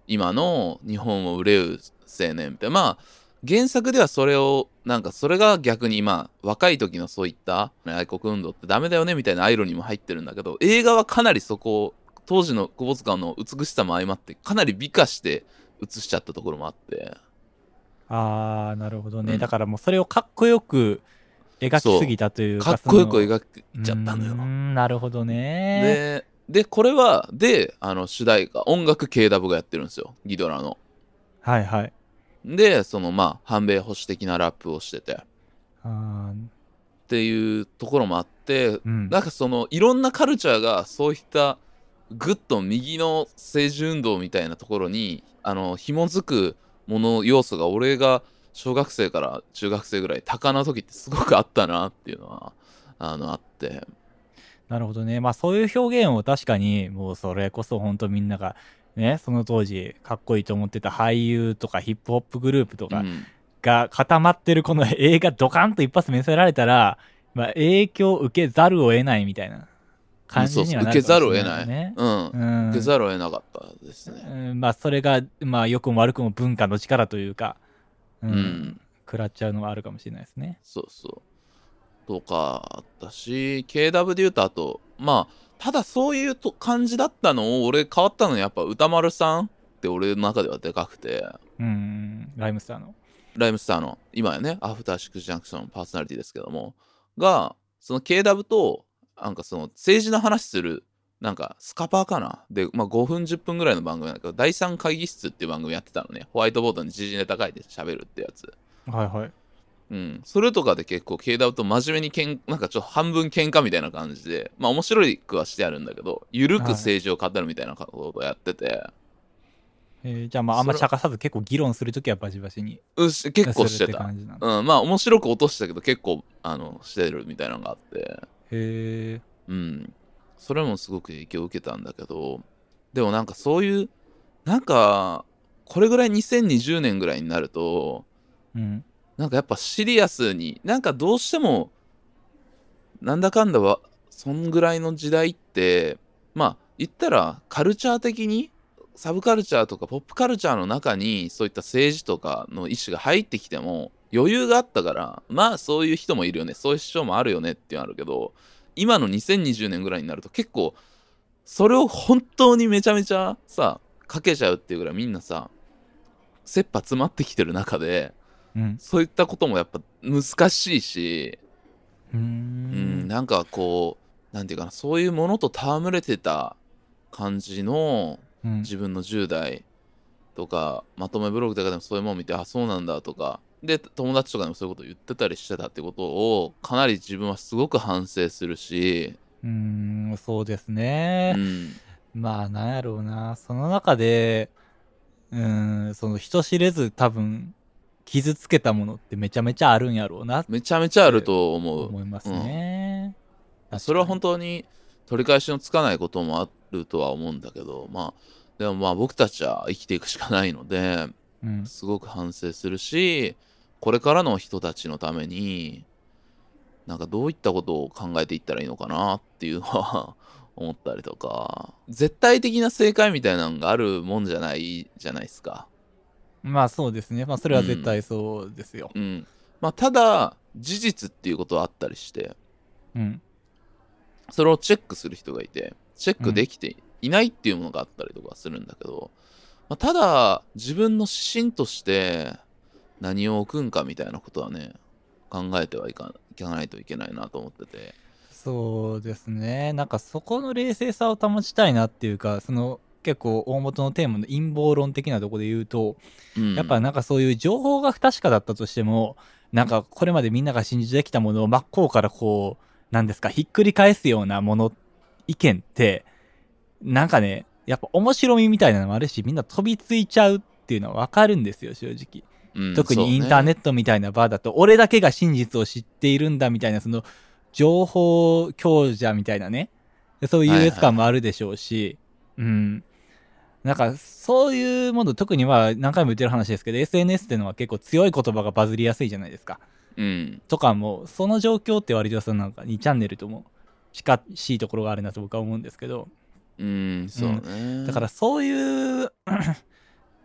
今の日本を憂う青年みたいな、まあ原作ではそれをなんかそれが逆にまあ若い時のそういった愛国運動ってダメだよねみたいなアイロニーも入ってるんだけど、映画はかなりそこを当時の窪塚の美しさも相まってかなり美化して映しちゃったところもあって、 ああなるほどね、 うんだからもうそれをかっこよく描きすぎたというか、 かっこよくその描いちゃったのよ。 うーんなるほどね。 ででこれはであの主題歌音楽 ケーダブ がやってるんですよ、ギドラの。 はいはい。 でそのまあ反米保守的なラップをしててっあていうところもあって、 うんなんかそのいろんなカルチャーがそういったぐっと右の政治運動みたいなところにあの紐づくもの要素が俺が小学生から中学生ぐらい多感な時ってすごくあったなっていうのはあのあって、 なるほどね。まあそういう表現を確かにもうそれこそ本当みんながねその当時かっこいいと思ってた俳優とかヒップホップグループとかうんが固まってるこの映画ドカンと一発見せられたら、まあ、影響を受けざるを得ないみたいな感じにはなるかもしれないよね。 うん、 うん受けざるを得なかったですね。 うんまあそれがまあ良くも悪くも文化の力というか、うんうん食らっちゃうのはあるかもしれないですね。 そうそうとかあったし、 ケーダブ で言うとあとまあただそういうと感じだったのを俺変わったのはやっぱ歌丸さんって俺の中ではでかくて、 うんライムスターのライムスターの今やねアフターシックスジャンクションのパーソナリティですけどもがその ケーダブ となんかその政治の話するなんかスカパーかなで、まあ、ごふんじゅっぷんぐらいの番組なんだけど、だいさん会議室っていう番組やってたのね。ホワイトボードに時事ネタ書いて喋るってやつ。 はいはい。 うん、それとかで結構 ケーダブ と真面目にけんなんかちょっと半分喧嘩みたいな感じで、まあ面白いくはしてあるんだけど、ゆるく政治を語るみたいなことをやってて、 えーじゃあまああんま茶化さず結構議論するときはバチバチにうし結構してするってた。 感じなんだ。 うん、まあ面白く落としたけど結構あのしてるみたいなのがあって、 へえ。 うん、それもすごく影響を受けたんだけど、でもなんかそういうなんかこれぐらいにせんにじゅうねんぐらいになると、 うん。 なんかやっぱシリアスになんかどうしてもなんだかんだはそんぐらいの時代ってまあ言ったらカルチャー的にサブカルチャーとかポップカルチャーの中にそういった政治とかの意思が入ってきても余裕があったから、まあそういう人もいるよね、そういう主張もあるよねっていうのあるけど、今のにせんにじゅうねんぐらいになると結構それを本当にめちゃめちゃさかけちゃうっていうぐらいみんなさ切羽詰まってきてる中で、 うん。 そういったこともやっぱ難しいし、 うーうん、 ん。 なんかこうなんていうかな、そういうものと戯れてた感じのうん自分のじゅう代とかまとめブログとかでもそういうもん見て、あそうなんだとかで友達とかでもそういうこと言ってたりしてたってことをかなり自分はすごく反省するし、 うーん、そうですうね。 ん、 まあ、なんやろうな。その中で、うーん、その人知れず多分、傷つけたものってめちゃめちゃあるんやろうなってめちゃめちゃあると思う。 思いますね。 うん、それは本当当に取り返しのつかないこともあるとは思うんだけど、まあでもまあ僕たちは生きていくしかないので、 うん。 すごく反省するし、これからの人たちのためになんかどういったことを考えていったらいいのかなっていうのは思ったりとか、絶対的な正解みたいなのがあるもんじゃないじゃないですか。 まあそうですね。まあそれは絶対そうですよ。 うん。まあただ事実っていうことはあったりして、 うん。 それをチェックする人がいて、チェックできていないっていうものがあったりとかするんだけど、まあ、ただ自分の指針として何を置くんかみたいなことはね考えてはいかいかないといけないなと思ってて、 そうですね。なんかそこの冷静さを保ちたいなっていうか、その結構大元のテーマの陰謀論的なところで言うと、 うん、 やっぱなんかそういう情報が不確かだったとしても、なんかこれまでみんなが信じてきたものを真っ向からこう、なんですか、ひっくり返すようなもの、意見って、なんかね、やっぱ面白みみたいなのもあるし、みんな飛びついちゃうっていうのはわかるんですよ、正直。 うん、 特にインターネットみたいな場だと、俺だけが真実を知っているんだみたいな、その情報強者みたいなね、そういう優越感もあるでしょうし、うん。なんかそういうもの、特には何回も言ってる話ですけど、エスエヌエス っていうのは結構強い言葉がバズりやすいじゃないですか。 うんとかも、その状況って割とそのなんかにチャンネルとも近しいところがあるなと僕は思うんですけど、 うんそうね、 だからそういう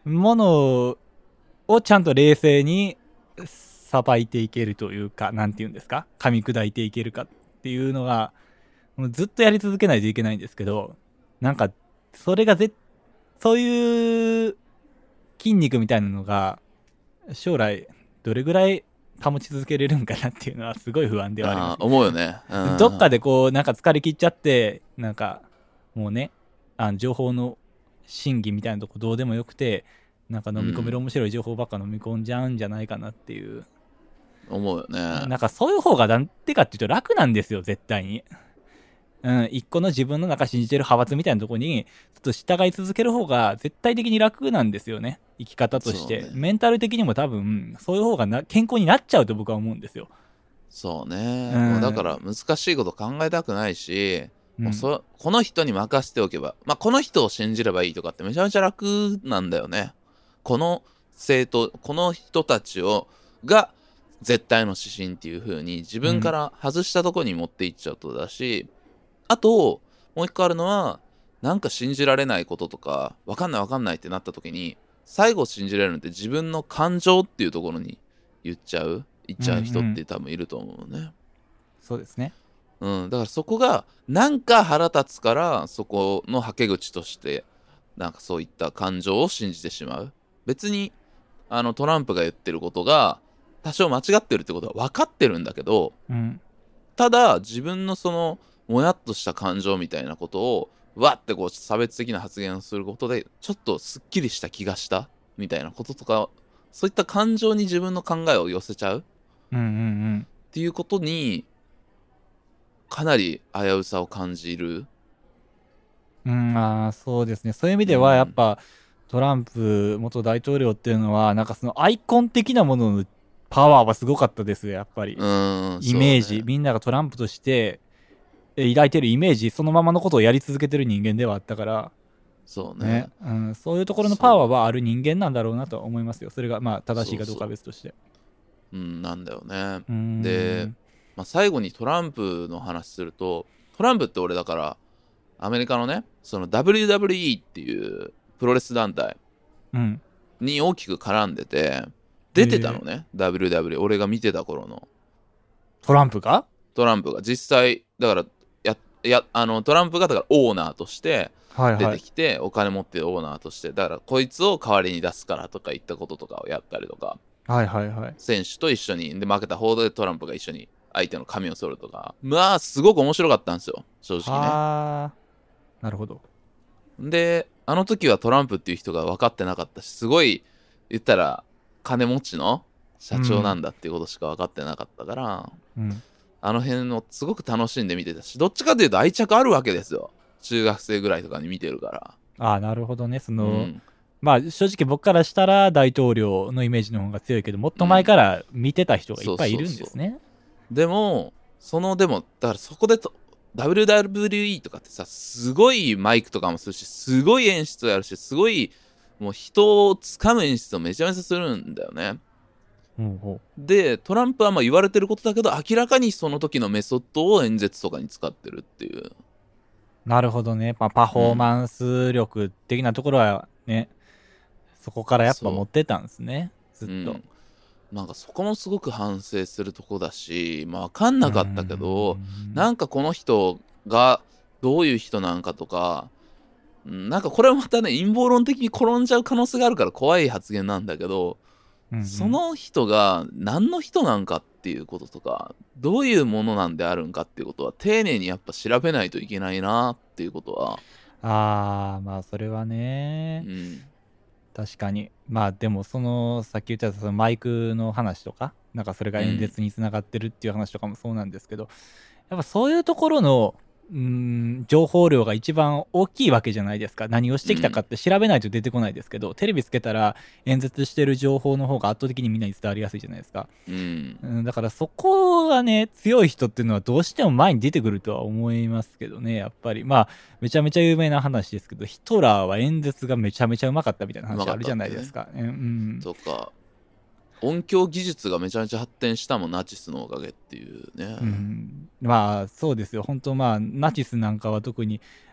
ものをちゃんと冷静にさばいていけるというか、なんていうんですか、噛み砕いていけるかっていうのが、もうずっとやり続けないといけないんですけど、なんか、それがぜ、そういう筋肉みたいなのが、将来、どれぐらい保ち続けれるんかなっていうのはすごい不安ではあります。 あー思うよね、うん、 どっかでこう、なんか疲れ切っちゃって、なんか、もうね、あの情報の真偽みたいなとこどうでもよくて、なんか飲み込める面白い情報ばっか飲み込んじゃうんじゃないかなっていう。 思うよね。 なんかそういう方がなんてかっていうと楽なんですよ、絶対に。うん、一個の自分の中信じてる派閥みたいなとこに、ちょっと従い続ける方が絶対的に楽なんですよね。生き方として。 そうねメンタル的にも多分、そういう方がな健康になっちゃうと僕は思うんですよ。 そうね、 うんもうだから難しいこと考えたくないし、 うんもうそこの人に任せておけば、まあ、この人を信じればいいとかってめちゃめちゃ楽なんだよね。この政党、この人たちをが絶対の指針っていう風に自分から外したところに持っていっちゃうとだし、あともう一個あるのは、なんか信じられないこととか分かんない分かんないってなった時に最後信じられるのって自分の感情っていうところに言っちゃう言っちゃう人って多分いると思うね。 そうですね。 うん、だからそこがなんか腹立つからそこのはけ口としてなんかそういった感情を信じてしまう。別にあのトランプが言ってることが多少間違ってるってことは分かってるんだけど、 うん。 ただ自分のそのもやっとした感情みたいなことをわってこう差別的な発言をすることでちょっとすっきりした気がしたみたいなこととか、そういった感情に自分の考えを寄せちゃううんうんうん。 っていうことにかなり危うさを感じる。 うん、あーそうですね。そういう意味では、やっぱ、トランプ元大統領っていうのは、なんかそのアイコン的なもののパワーはすごかったですよ、やっぱり。 うんイメージ、 そうねみんながトランプとしてえ抱いてるイメージ、そのままのことをやり続けてる人間ではあったから、 そうねね、うん、そういうところのパワーはある人間なんだろうなとは思いますよ。それがまあ正しいかどうかは別として。 うんなんだよね。 うーんで、まあ、最後にトランプの話すると、トランプって俺だからアメリカのねその ダブリューダブリューイー っていうプロレス団体うん、 に大きく絡んでて出てたのね、ダブリューダブリューイー 俺が見てた頃のトランプがトランプが実際だからややあのトランプがだからオーナーとして出はいはい。 てきて、お金持ってるオーナーとしてだからこいつを代わりに出すからとか言ったこととかをやったりとか、 はいはいはい。 選手と一緒にで負けた方でトランプが一緒に相手の髪を剃るとか、まあすごく面白かったんですよ正直ね。 あー、なるほど。 であの時はトランプっていう人が分かってなかったし、すごい言ったら金持ちの社長なんだっていうことしか分かってなかったから、 うん。 あの辺をすごく楽しんで見てたし、どっちかというと愛着あるわけですよ、中学生ぐらいとかに見てるから。 あー、なるほどね。その、 うんまあ正直僕からしたら大統領のイメージの方が強いけど、もっと前から見てた人がいっぱいいるんですね。 でもそのでもだからそこでと ダブリューダブリューイー とかってさ、すごいマイクとかもするし、すごい演出をやるし、すごいもう人をつかむ演出をめちゃめちゃするんだよね。 うんほでトランプはまあ言われてることだけど、明らかにその時のメソッドを演説とかに使ってるっていう。 う。なるほどね。まあ、パフォーマンス力的なところはね、そこからやっぱ持ってたんですね。ずっと。 うん、なんかそこもすごく反省するとこだし、まあ分かんなかったけど、なんかこの人がどういう人なんかとか、うんなんかこれはまたね陰謀論的に転んじゃう可能性があるから怖い発言なんだけど、 うんうんその人が何の人なんかっていうこととか、どういうものなんであるんかっていうことは丁寧にやっぱ調べないといけないなっていうことは、 ああ、まあそれはね、 うん確かに。まあでもそのさっき言ったそのマイクの話とか、なんかそれが演説につながってるっていう話とかもそうなんですけど、やっぱそういうところのうーん情報量が一番大きいわけじゃないですか。何をしてきたかって調べないと出てこないですけど、テレビつけたら演説してる情報の方が圧倒的にみんなに伝わりやすいじゃないですか。 うんうん、だからそこがね、強い人っていうのはどうしても前に出てくるとは思いますけどね、やっぱり。まあ、めちゃめちゃ有名な話ですけど、ヒトラーは演説がめちゃめちゃうまかったみたいな話あるじゃないですか。ねうん、 とか音響技術がめちゃめちゃ発展したもんナチスのおかげっていうね、 うん、まあ、そうですよ。本当まあ、ナチスなんかは特に、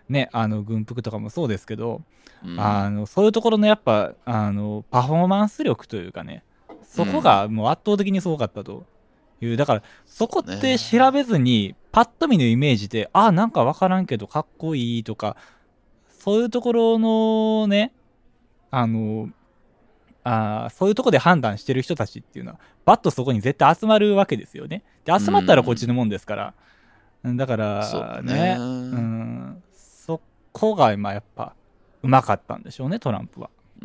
ね、あの軍服とかもそうですけど、 うん、 あのそういうところのやっぱあのパフォーマンス力というかね、そこがもう圧倒的にすごかったという、だからそこって調べずにパッと見のイメージで、あ、なんか分からんけどかっこいいとか、そういうところのね、あのあそういうところで判断してる人たちっていうのはバッとそこに絶対集まるわけですよね。で集まったらこっちのもんですから、うん、だからね、ね、うん、そこが今やっぱうまかったんでしょうね、トランプは。 うん、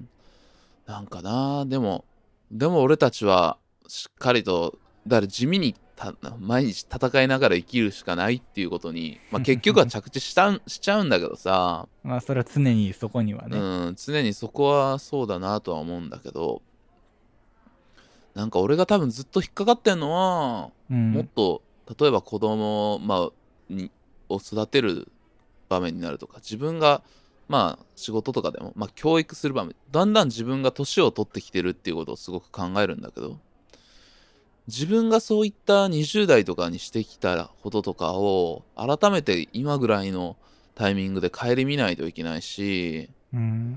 なんかな、でもでも俺たちはしっかりと、だから地味にた毎日戦いながら生きるしかないっていうことに、まあ、結局は着地したしちゃうんだけどさまあそれは常にそこにはね、 うん、常にそこはそうだなとは思うんだけど、なんか俺が多分ずっと引っかかってんのは、うん、もっと例えば子供、まあ、にを育てる場面になるとか、自分がまあ仕事とかでも、まあ、教育する場面、だんだん自分が年を取ってきてるっていうことをすごく考えるんだけど、自分がそういったにじゅう代とかにしてきたこととかを改めて今ぐらいのタイミングで顧みないといけないし、うん、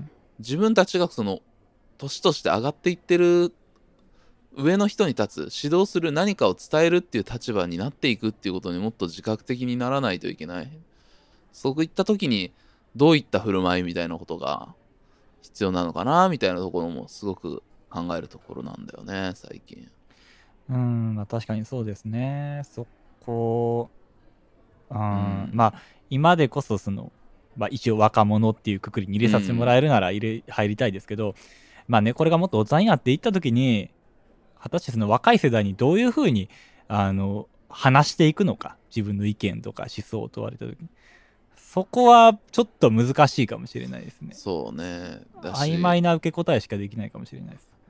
自分たちがその年として上がっていってる上の人に立つ、指導する、何かを伝えるっていう立場になっていくっていうことにもっと自覚的にならないといけない。そういった時にどういった振る舞いみたいなことが必要なのかなみたいなところもすごく考えるところなんだよね、最近。 うん、まあ確かにそうですね。そこ、うん、うん、まあ今でこそその、まあ、一応若者っていうくくりに入れさせてもらえるなら入れ、うん、入りたいですけど、まあね、これがもっと大人になっていった時に、果たしてその若い世代にどういうふうにあの話していくのか、自分の意見とか思想を問われた時に、そこはちょっと難しいかもしれないですね。 そうね。だし曖昧な受け答えしかできないかもしれないです。 うん、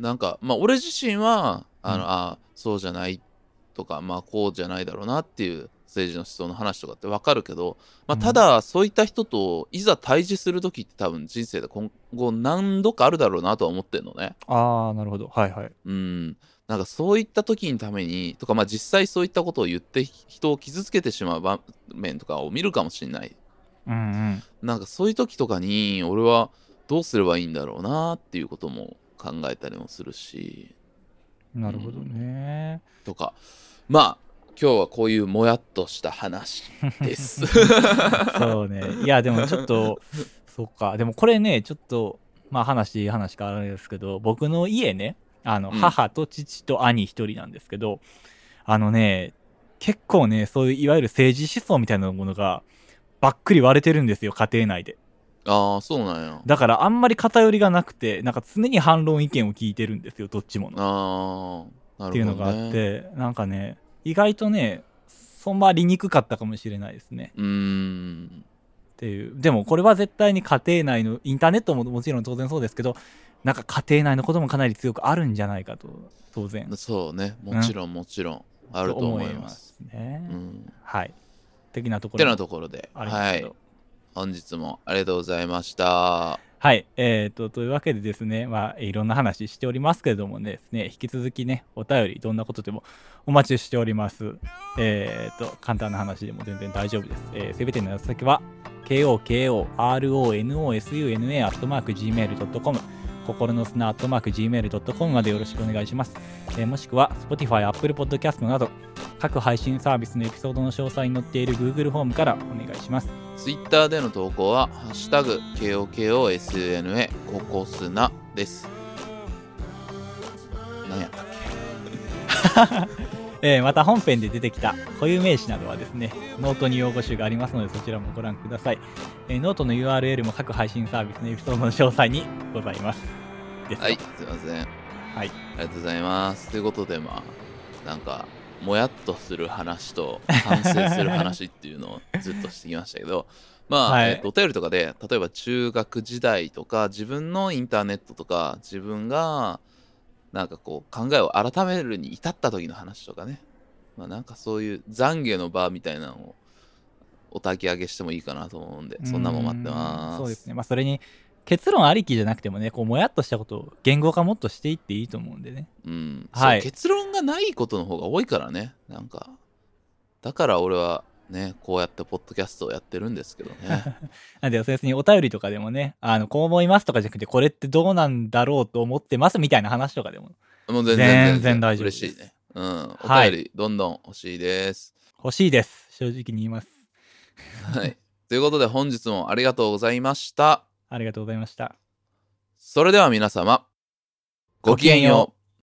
なんかまあ俺自身はあの、うん、あそうじゃないとか、まあこうじゃないだろうなっていう政治の思想の話とかって分かるけど、まあ、ただそういった人といざ対峙する時って多分人生で今後何度かあるだろうなとは思ってるのね。 ああ、なるほど。はいはい。 うん、なんかそういった時のためにとか、まあ実際そういったことを言って人を傷つけてしまう場面とかを見るかもしれない。 うんうん、 なんかそういう時とかに俺はどうすればいいんだろうなっていうことも考えたりもするし。 なるほどね、 うん、とかまあ今日はこういうもやっとした話ですそうね。いやでもちょっとそうか、でもこれねちょっとまあ話話変わるんですけど、僕の家ね、あの母と父と兄一人なんですけど、うん、あのね結構ねそういういわゆる政治思想みたいなものがばっくり割れてるんですよ、家庭内で。 ああ、そうなんや。 だからあんまり偏りがなくて、なんか常に反論意見を聞いてるんですよ、どっちもの。 ああ、なるほどね。 っていうのがあって、なんかね意外とね染まりにくかったかもしれないですね。 うーんっていう。でもこれは絶対に家庭内のインターネットももちろん当然そうですけど、なんか家庭内のこともかなり強くあるんじゃないかと、当然。 そうね、もちろんもちろん、うん、あると思いますね、 うん、 はい的なところてなところで、はい、本日もありがとうございました。 はい、えーと、というわけでですね、まあ、いろんな話しておりますけれどもですね、引き続きね、お便り、どんなことでもお待ちしております。えーと、簡単な話でも全然大丈夫です。えー、すべての宛先は、ケーオーケーオーアールオーエヌオーエスユーエヌエー アットマーク ジーメール ドットコム、心の砂 アットマーク ジーメール ドットコム までよろしくお願いします。えー、もしくは、Spotify、Apple Podcast など、各配信サービスのエピソードの詳細に載っている Google フォームからお願いします。 Twitter での投稿は、ハッシュタグ ケーオーケーオーエスユーエヌエー ココスナです。何やったっけえー、また本編で出てきた固有名詞などはですね、ノートに用語集がありますので、そちらもご覧ください。えー、ノートの ユーアールエル も各配信サービスのエピソードの詳細にございます。 はい、すいません。はい、ありがとうございます。ということで、まあ、なんか、もやっとする話と反省する話っていうのをずっとしてきましたけどまあ、はい、えーと、お便りとかで例えば中学時代とか自分のインターネットとか自分がなんかこう考えを改めるに至った時の話とかね、まあ、なんかそういう懺悔の場みたいなのをお焚き上げしてもいいかなと思うんで、そんなもん待ってます。 そうですね、まあ、それに結論ありきじゃなくてもね、こうもやっとしたことを言語化もっとしていっていいと思うんでね。 うん、はい、そう結論がないことの方が多いからね。なんかだから俺はね、こうやってポッドキャストをやってるんですけどね。 なんで、別にお便りとかでもね、あの、こう思いますとかじゃなくて、これってどうなんだろうと思ってますみたいな話とかでももう全然全然大丈夫です嬉しいね。うん。おはい便りどんどん欲しいです。 欲しいです。正直に言います。 はい。ということで本日もありがとうございました。 ありがとうございました。 それでは皆様、ごきげんよう。